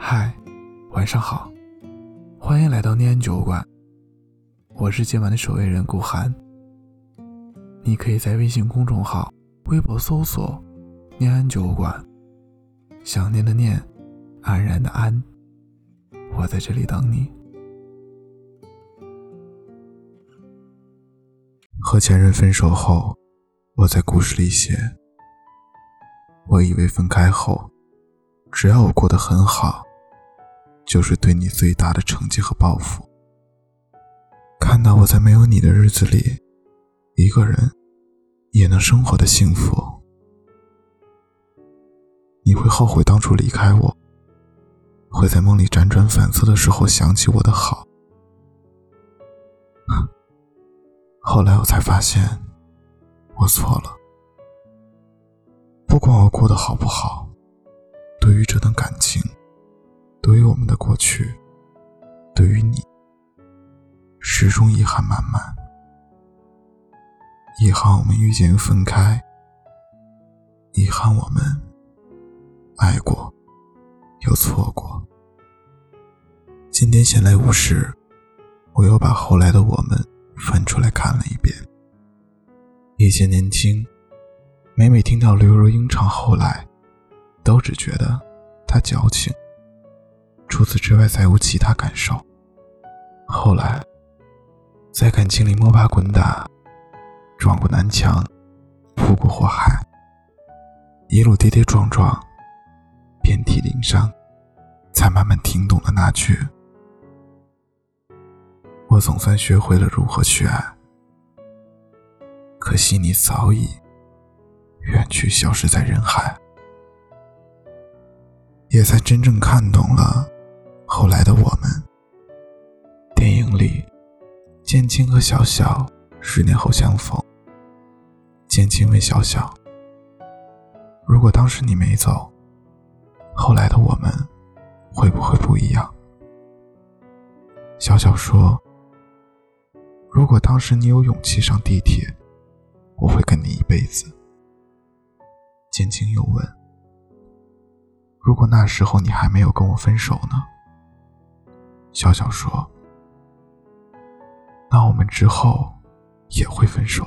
嗨，晚上好，欢迎来到念安酒馆，我是今晚的守卫人顾寒。你可以在微信公众号、微博搜索念安酒馆，想念的念，安然的安，我在这里等你。和前任分手后，我在故事里写，我以为分开后，只要我过得很好，就是对你最大的成绩和报复。看到我在没有你的日子里，一个人也能生活的幸福，你会后悔当初离开我，会在梦里辗转反侧的时候想起我的好。后来我才发现我错了，不管我过得好不好，对于这段感情，对于我们的过去，对于你，始终遗憾满满。遗憾我们遇见又分开，遗憾我们爱过又错过。今天闲来无事，我又把后来的我们翻出来看了一遍。以前年轻，每听到刘若英唱后来，都只觉得她矫情，除此之外再无其他感受。后来在感情里摸爬滚打，撞过南墙，扑过火海，一路跌跌撞撞，遍体鳞伤，才慢慢听懂了那句，我总算学会了如何去爱，可惜你早已远去，消失在人海。也才真正看懂了后来的我们。电影里建青和小小10年后相逢，建青问小小，如果当时你没走，后来的我们会不会不一样？小小说，如果当时你有勇气上地铁，我会跟你一辈子。建青又问，如果那时候你还没有跟我分手呢？小小说，那我们之后也会分手。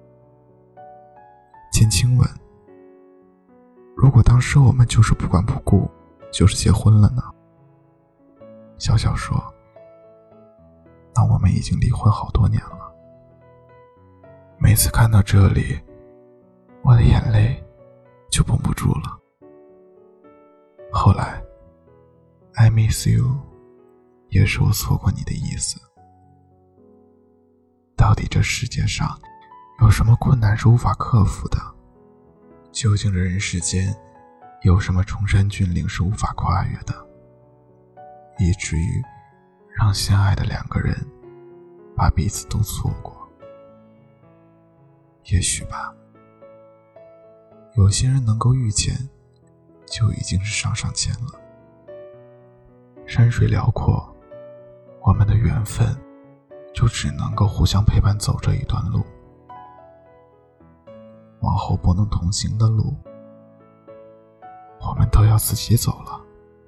建青问，如果当时我们就是不管不顾，就是结婚了呢？小小说，那我们已经离婚好多年了。每次看到这里，我的眼泪就绷不住了。后来 I miss you 也是我错过你的意思。到底这世界上有什么困难是无法克服的？究竟这人世间有什么崇山峻岭是无法跨越的？以至于让相爱的两个人把彼此都错过。也许吧，有些人能够遇见就已经是上上签了。山水辽阔，我们的缘分就只能够互相陪伴走这一段路，往后不能同行的路，我们都要自己走了。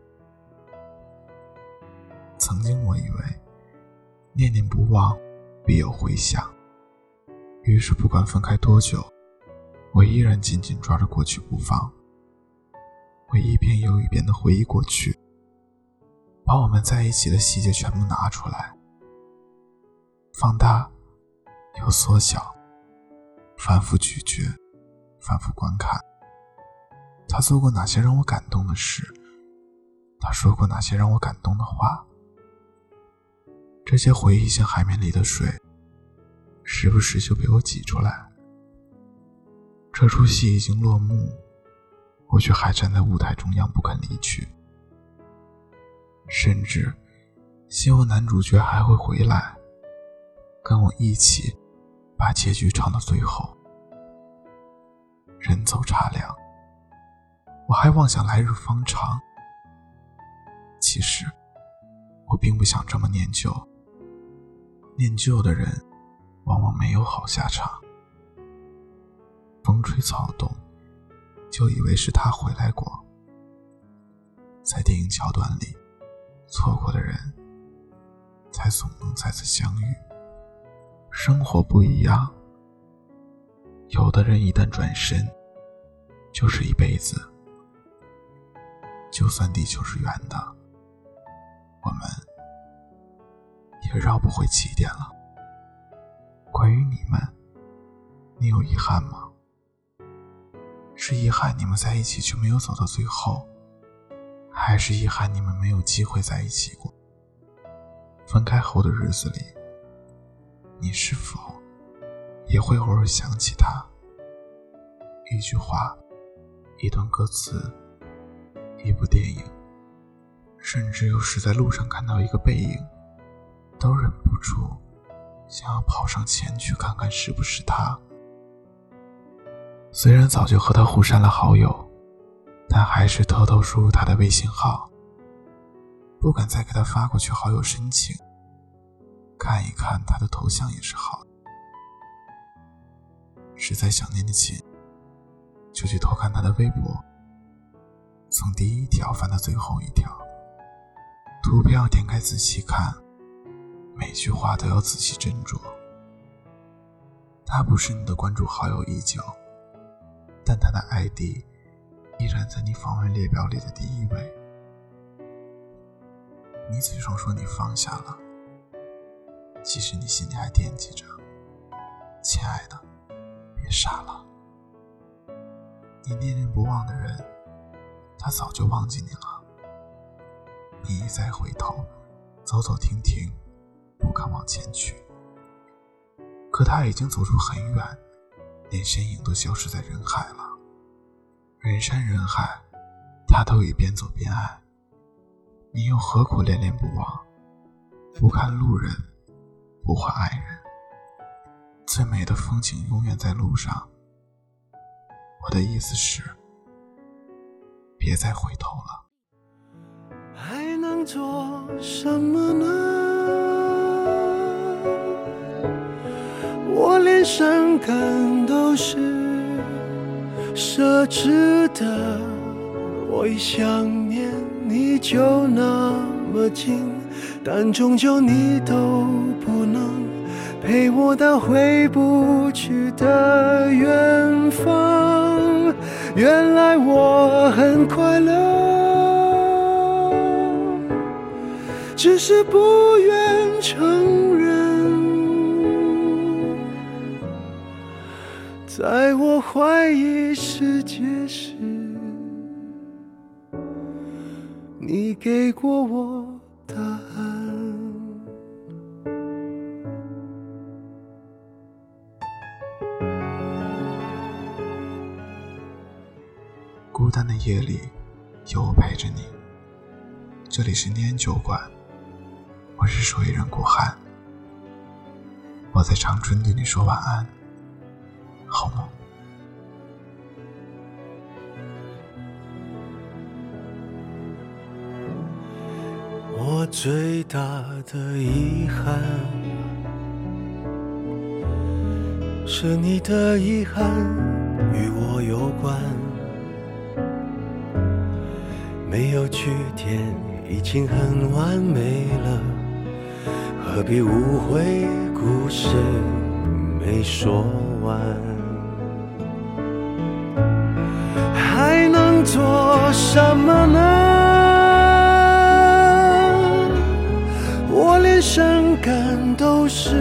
曾经我以为念念不忘必有回响，于是不管分开多久，我依然紧紧抓着过去不放。我一遍又一遍地回忆过去，把我们在一起的细节全部拿出来，放大又缩小，反复咀嚼，反复观看。他做过哪些让我感动的事，他说过哪些让我感动的话。这些回忆像海绵里的水，时不时就被我挤出来。这出戏已经落幕，我却还站在舞台中央不肯离去，甚至希望男主角还会回来，跟我一起把结局唱到最后。人走茶凉，我还妄想来日方长。其实我并不想这么念旧，念旧的人往往没有好下场。风吹草动，就以为是他回来过， 在电影桥段里，错过的人才总能再次相遇。生活不一样，有的人一旦转身就是一辈子。就算地球是圆的，我们也绕不回起点了。关于你们，你有遗憾吗？是遗憾你们在一起却没有走到最后，还是遗憾你们没有机会在一起过？分开后的日子里，你是否也会偶尔想起他？一句话，一段歌词，一部电影，甚至有时在路上看到一个背影，都忍不住想要跑上前去看看是不是他。虽然早就和他互删了好友，但还是偷偷输入他的微信号，不敢再给他发过去好友申请，看一看他的头像也是好的。实在想念的紧，就去偷看他的微博，从第一条翻到最后一条，图片要点开仔细看，每句话都要仔细斟酌。他不是你的关注好友已久，但他的 ID 依然在你访问列表里的第一位。你嘴上说你放下了，其实你心里还惦记着。亲爱的，别傻了，你念念不忘的人，他早就忘记你了。你一再回头，走走停停，不敢往前去，可他已经走出很远，连身影都消失在人海了。人山人海，他都已边走边爱，你又何苦恋恋不忘？不看路人，不画爱人，最美的风景永远在路上。我的意思是，别再回头了。 还能做什么呢？我连伤感都是奢侈的，我一想念你就那么近，但终究你都不能陪我到回不去的远方。原来我很快乐，只是不愿承认。在我怀疑世界时，你给过我答案。 孤单的夜里，有我陪着你。这里是念酒馆，我是守夜人顾寒。我在长春对你说晚安，好梦。 我最大的遗憾，是你的遗憾与我有关，没有句点已经很完美了，何必误会故事没说完？还能做什么呢？我连伤感都是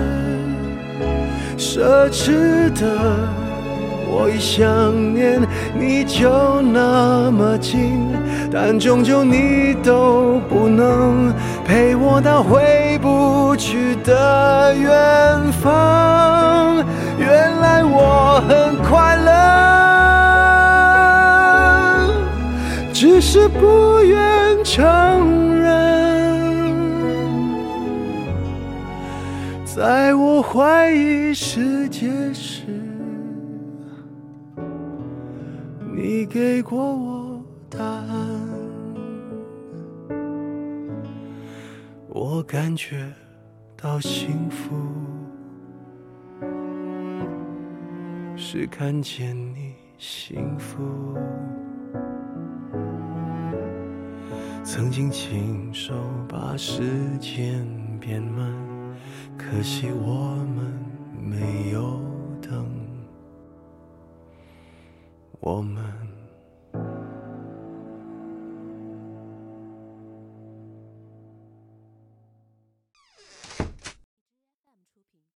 奢侈的，我一想念你就那么近，但终究你都不能陪我到回不去的远方。原来我很快乐，只是不愿承认。在我怀疑世界时，你给过我答案。我感觉到幸福，是看见你幸福。 曾经亲手把时间变慢，可惜我们没有等，我们